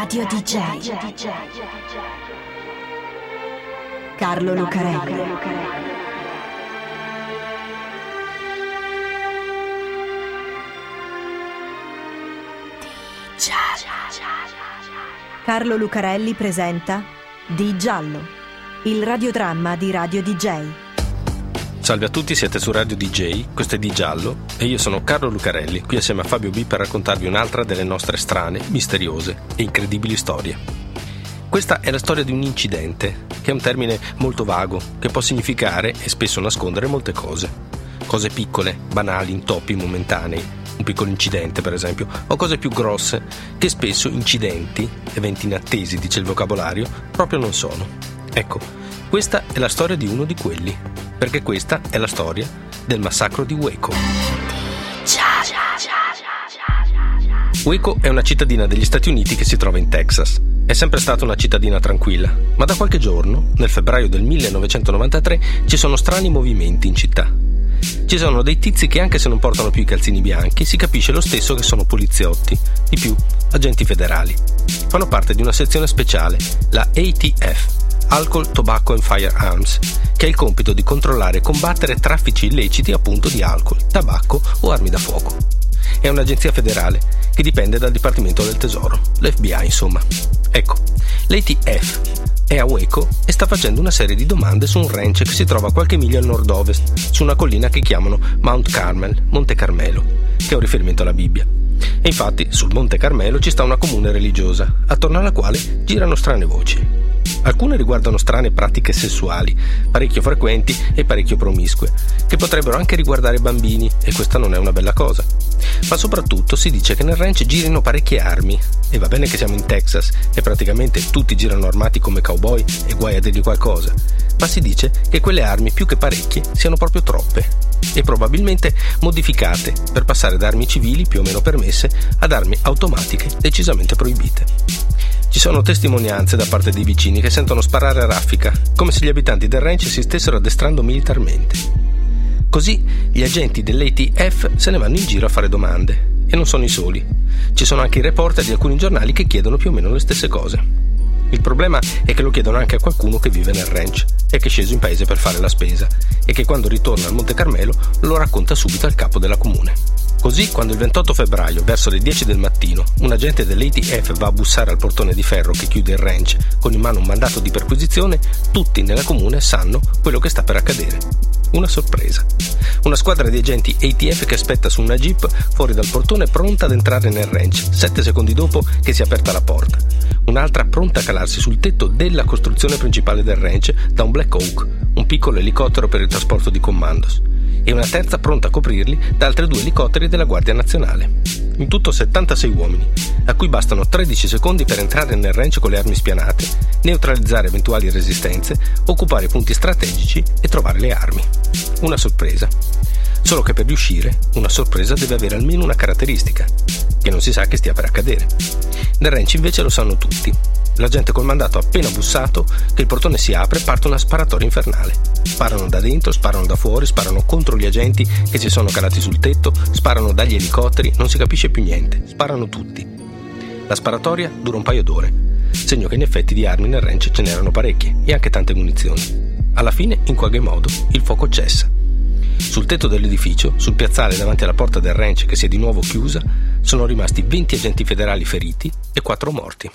Radio DJ. Carlo Lucarelli. Carlo Lucarelli presenta Di Giallo, il radiodramma di Radio DJ. Salve a tutti, siete su Radio DJ, questo è Di Giallo e io sono Carlo Lucarelli, qui assieme a Fabio B per raccontarvi un'altra delle nostre strane, misteriose e incredibili storie. Questa è la storia di un incidente, che è un termine molto vago, che può significare e spesso nascondere molte cose. Cose piccole, banali, intoppi momentanei, un piccolo incidente per esempio, o cose più grosse, che spesso incidenti, eventi inattesi, dice il vocabolario, proprio non sono. Ecco, questa è la storia di uno di quelli, perché questa è la storia del massacro di Waco. Waco è una cittadina degli Stati Uniti che si trova in Texas. È sempre stata una cittadina tranquilla, ma da qualche giorno, nel febbraio del 1993, ci sono strani movimenti in città. Ci sono dei tizi che, anche se non portano più i calzini bianchi, si capisce lo stesso che sono poliziotti, di più, agenti federali. Fanno parte di una sezione speciale, la ATF, Alcohol, Tobacco and Firearms, che ha il compito di controllare e combattere traffici illeciti appunto di alcol, tabacco o armi da fuoco. È un'agenzia federale che dipende dal Dipartimento del Tesoro, l'FBI insomma. Ecco, l'ATF è a Waco e sta facendo una serie di domande su un ranch che si trova a qualche miglio a nord-ovest, su una collina che chiamano Mount Carmel, Monte Carmelo, che è un riferimento alla Bibbia. E infatti sul Monte Carmelo ci sta una comune religiosa, attorno alla quale girano strane voci. Alcune riguardano strane pratiche sessuali, parecchio frequenti e parecchio promiscue, che potrebbero anche riguardare bambini, e questa non è una bella cosa. Ma soprattutto si dice che nel ranch girino parecchie armi, e va bene che siamo in Texas e praticamente tutti girano armati come cowboy e guai a dirgli qualcosa, ma si dice che quelle armi, più che parecchie, siano proprio troppe, e probabilmente modificate per passare da armi civili più o meno permesse ad armi automatiche decisamente proibite. Ci sono testimonianze da parte dei vicini che sentono sparare a raffica, come se gli abitanti del ranch si stessero addestrando militarmente. Così gli agenti dell'ATF se ne vanno in giro a fare domande, e non sono i soli. Ci sono anche i reporter di alcuni giornali che chiedono più o meno le stesse cose. Il problema è che lo chiedono anche a qualcuno che vive nel ranch e che è sceso in paese per fare la spesa, e che quando ritorna al Monte Carmelo lo racconta subito al capo della comune. Così, quando il 28 febbraio, verso le 10 del mattino, un agente dell'ATF va a bussare al portone di ferro che chiude il ranch con in mano un mandato di perquisizione, tutti nella comune sanno quello che sta per accadere. Una sorpresa. Una squadra di agenti ATF che aspetta su una jeep fuori dal portone pronta ad entrare nel ranch, 7 secondi dopo che si è aperta la porta. Un'altra pronta a calarsi sul tetto della costruzione principale del ranch da un Black Hawk, un piccolo elicottero per il trasporto di commandos, e una terza pronta a coprirli da altri 2 elicotteri della Guardia Nazionale. In tutto 76 uomini, a cui bastano 13 secondi per entrare nel ranch con le armi spianate, neutralizzare eventuali resistenze, occupare punti strategici e trovare le armi. Una sorpresa. Solo che per riuscire, una sorpresa deve avere almeno una caratteristica, che non si sa che stia per accadere. Nel ranch invece lo sanno tutti. L'agente col mandato ha appena bussato che il portone si apre e parte una sparatoria infernale. Sparano da dentro, sparano da fuori, sparano contro gli agenti che si sono calati sul tetto, sparano dagli elicotteri, non si capisce più niente, sparano tutti. La sparatoria dura un paio d'ore, segno che in effetti di armi nel ranch ce n'erano parecchie e anche tante munizioni. Alla fine, in qualche modo, il fuoco cessa. Sul tetto dell'edificio, sul piazzale davanti alla porta del ranch che si è di nuovo chiusa, sono rimasti 20 agenti federali feriti e 4 morti.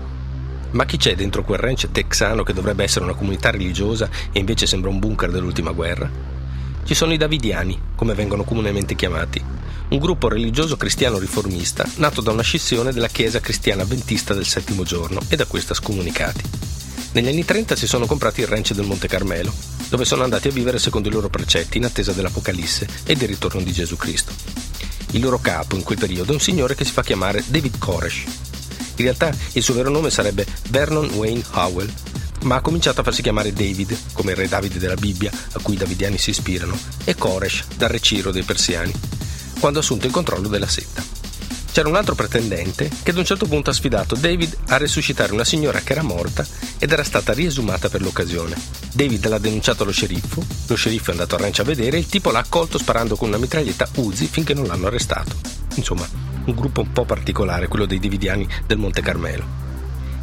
Ma chi c'è dentro quel ranch texano che dovrebbe essere una comunità religiosa e invece sembra un bunker dell'ultima guerra? Ci sono i Davidiani, come vengono comunemente chiamati, un gruppo religioso cristiano riformista nato da una scissione della Chiesa cristiana avventista del Settimo Giorno e da questa scomunicati. Negli anni 30 si sono comprati il ranch del Monte Carmelo, dove sono andati a vivere secondo i loro precetti in attesa dell'Apocalisse e del ritorno di Gesù Cristo. Il loro capo in quel periodo è un signore che si fa chiamare David Koresh. In realtà il suo vero nome sarebbe Vernon Wayne Howell, ma ha cominciato a farsi chiamare David, come il re Davide della Bibbia, a cui i davidiani si ispirano, e Koresh, dal re Ciro dei Persiani, quando ha assunto il controllo della setta. C'era un altro pretendente che ad un certo punto ha sfidato David a resuscitare una signora che era morta ed era stata riesumata per l'occasione. David l'ha denunciato allo sceriffo, lo sceriffo è andato al ranch a vedere e il tipo l'ha accolto sparando con una mitraglietta Uzi finché non l'hanno arrestato. Insomma, un gruppo un po' particolare, quello dei Davidiani del Monte Carmelo.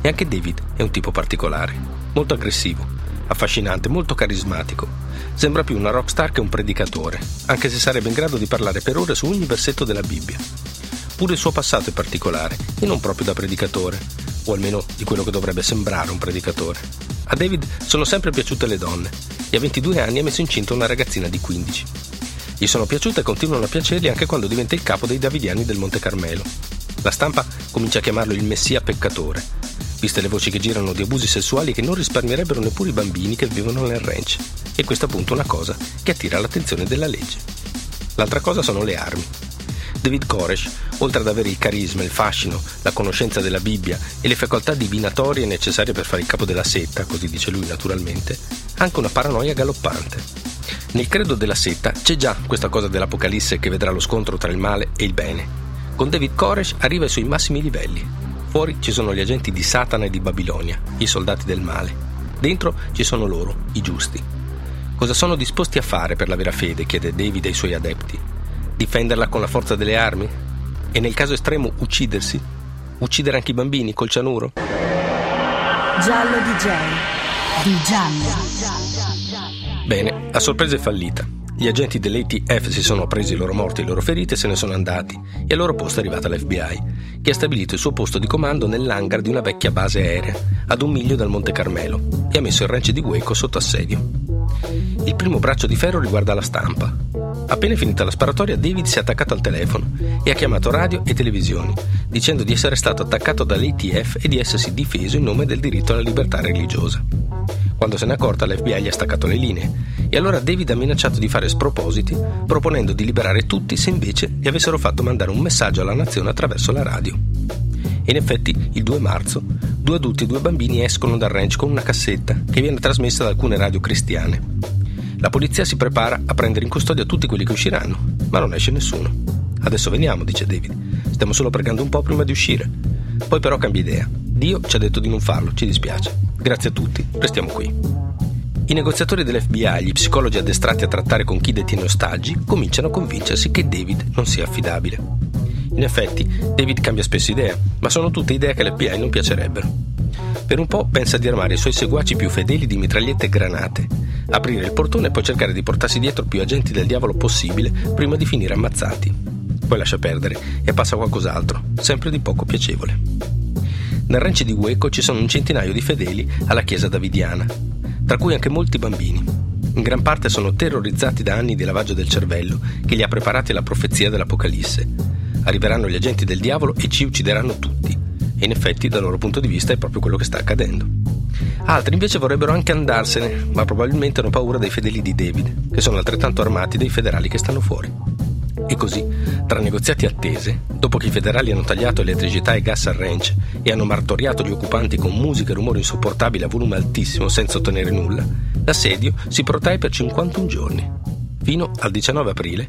E anche David è un tipo particolare, molto aggressivo, affascinante, molto carismatico. Sembra più una rockstar che un predicatore, anche se sarebbe in grado di parlare per ore su ogni versetto della Bibbia. Pure il suo passato è particolare, e non proprio da predicatore, o almeno di quello che dovrebbe sembrare un predicatore. A David sono sempre piaciute le donne, e a 22 anni ha messo incinta una ragazzina di 15. Gli sono piaciute e continuano a piacergli anche quando diventa il capo dei Davidiani del Monte Carmelo. La stampa comincia a chiamarlo il messia peccatore, viste le voci che girano di abusi sessuali che non risparmierebbero neppure i bambini che vivono nel ranch, e questa è appunto una cosa che attira l'attenzione della legge. L'altra cosa sono le armi. David Koresh, oltre ad avere il carisma, il fascino, la conoscenza della Bibbia e le facoltà divinatorie necessarie per fare il capo della setta, così dice lui naturalmente, ha anche una paranoia galoppante. Nel credo della setta c'è già questa cosa dell'Apocalisse che vedrà lo scontro tra il male e il bene. Con David Koresh arriva ai suoi massimi livelli. Fuori ci sono gli agenti di Satana e di Babilonia, i soldati del male. Dentro ci sono loro, i giusti. Cosa sono disposti a fare per la vera fede, chiede David ai suoi adepti. Difenderla con la forza delle armi? E nel caso estremo uccidersi? Uccidere anche i bambini col cianuro? Giallo DJ. Di Giallo. Bene, la sorpresa è fallita. Gli agenti dell'ATF si sono presi i loro morti e le loro ferite e se ne sono andati, e al loro posto è arrivata l'FBI, che ha stabilito il suo posto di comando nell'hangar di una vecchia base aerea, ad 1 miglio dal Monte Carmelo, e ha messo il ranch di Waco sotto assedio. Il primo braccio di ferro riguarda la stampa. Appena finita la sparatoria, David si è attaccato al telefono e ha chiamato radio e televisioni, dicendo di essere stato attaccato dall'ATF e di essersi difeso in nome del diritto alla libertà religiosa. Quando se n'è accorta, l'FBI gli ha staccato le linee, e allora David ha minacciato di fare spropositi, proponendo di liberare tutti se invece gli avessero fatto mandare un messaggio alla nazione attraverso la radio. E in effetti, il 2 marzo, 2 adulti e 2 bambini escono dal ranch con una cassetta che viene trasmessa da alcune radio cristiane. La polizia si prepara a prendere in custodia tutti quelli che usciranno, ma non esce nessuno. Adesso veniamo, dice David. Stiamo solo pregando un po' prima di uscire. Poi però cambia idea. Dio ci ha detto di non farlo, ci dispiace. Grazie a tutti, restiamo qui. I negoziatori dell'FBI, gli psicologi addestrati a trattare con chi detiene ostaggi, cominciano a convincersi che David non sia affidabile. In effetti, David cambia spesso idea, ma sono tutte idee che all'FBI non piacerebbero. Per un po' pensa di armare i suoi seguaci più fedeli di mitragliette e granate, aprire il portone e poi cercare di portarsi dietro più agenti del diavolo possibile prima di finire ammazzati. Poi lascia perdere e passa a qualcos'altro, sempre di poco piacevole. Nel ranch di Waco ci sono un centinaio di fedeli alla chiesa davidiana, tra cui anche molti bambini. In gran parte sono terrorizzati da anni di lavaggio del cervello che li ha preparati alla profezia dell'Apocalisse. Arriveranno gli agenti del diavolo e ci uccideranno tutti. E in effetti, dal loro punto di vista, è proprio quello che sta accadendo. Altri invece vorrebbero anche andarsene, ma probabilmente hanno paura dei fedeli di David, che sono altrettanto armati dei federali che stanno fuori. E così, tra negoziati attese, dopo che i federali hanno tagliato elettricità e gas al ranch e hanno martoriato gli occupanti con musica e rumori insopportabili a volume altissimo senza ottenere nulla, l'assedio si protrae per 51 giorni, fino al 19 aprile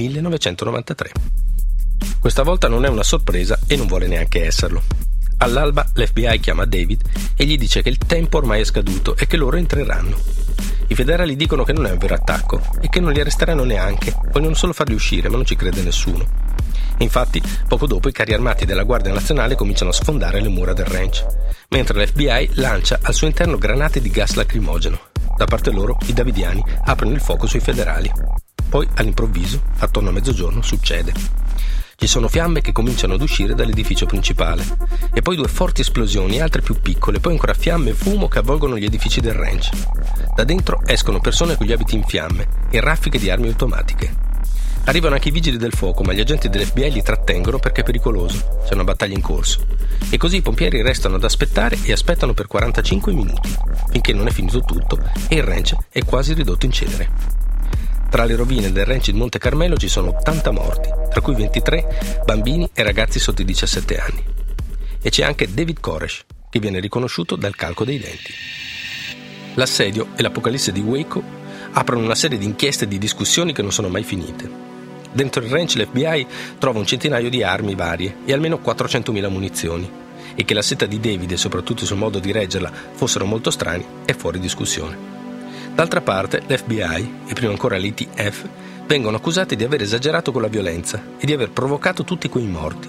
1993. Questa volta non è una sorpresa e non vuole neanche esserlo. All'alba l'FBI chiama David e gli dice che il tempo ormai è scaduto e che loro entreranno. I federali dicono che non è un vero attacco e che non li arresteranno neanche, vogliono solo farli uscire, ma non ci crede nessuno. Infatti, poco dopo i carri armati della Guardia Nazionale cominciano a sfondare le mura del ranch, mentre l'FBI lancia al suo interno granate di gas lacrimogeno. Da parte loro, i davidiani aprono il fuoco sui federali. Poi, all'improvviso, attorno a mezzogiorno, succede. Ci sono fiamme che cominciano ad uscire dall'edificio principale, e poi 2 forti esplosioni e altre più piccole, poi ancora fiamme e fumo che avvolgono gli edifici del ranch. Da dentro escono persone con gli abiti in fiamme e raffiche di armi automatiche. Arrivano anche i vigili del fuoco, ma gli agenti dell'FBI li trattengono perché è pericoloso, c'è una battaglia in corso. E così i pompieri restano ad aspettare e aspettano per 45 minuti, finché non è finito tutto e il ranch è quasi ridotto in cenere. Tra le rovine del ranch di Monte Carmelo ci sono 80 morti, tra cui 23 bambini e ragazzi sotto i 17 anni. E c'è anche David Koresh, che viene riconosciuto dal calco dei denti. L'assedio e l'Apocalisse di Waco aprono una serie di inchieste e di discussioni che non sono mai finite. Dentro il ranch l'FBI trova un centinaio di armi varie e almeno 400.000 munizioni, e che la setta di David e soprattutto il suo modo di reggerla fossero molto strani è fuori discussione. D'altra parte, l'FBI, e prima ancora l'ATF, vengono accusati di aver esagerato con la violenza e di aver provocato tutti quei morti,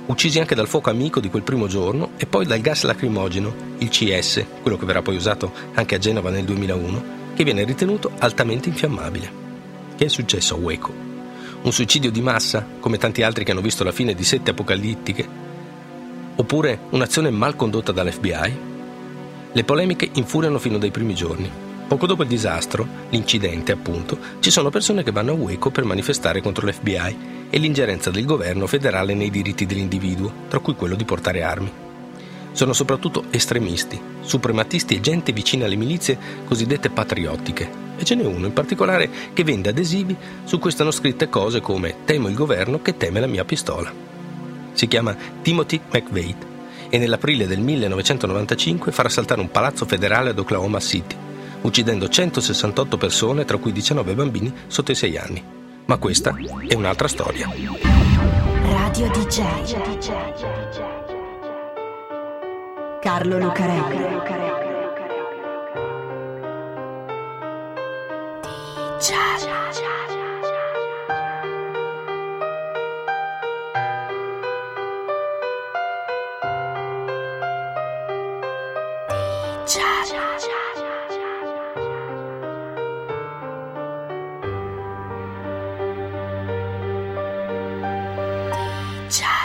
uccisi anche dal fuoco amico di quel primo giorno e poi dal gas lacrimogeno, il CS, quello che verrà poi usato anche a Genova nel 2001, che viene ritenuto altamente infiammabile. Che è successo a Waco? Un suicidio di massa, come tanti altri che hanno visto la fine di sette apocalittiche? Oppure un'azione mal condotta dall'FBI? Le polemiche infuriano fino dai primi giorni. Poco dopo il disastro, l'incidente appunto, ci sono persone che vanno a Waco per manifestare contro l'FBI e l'ingerenza del governo federale nei diritti dell'individuo, tra cui quello di portare armi. Sono soprattutto estremisti, suprematisti e gente vicina alle milizie cosiddette patriottiche. E ce n'è uno in particolare che vende adesivi su cui stanno scritte cose come «Temo il governo che teme la mia pistola». Si chiama Timothy McVeigh e nell'aprile del 1995 farà saltare un palazzo federale ad Oklahoma City, uccidendo 168 persone, tra cui 19 bambini sotto i 6 anni. Ma questa è un'altra storia. Radio DJ Carlo Lucarelli. Ciao.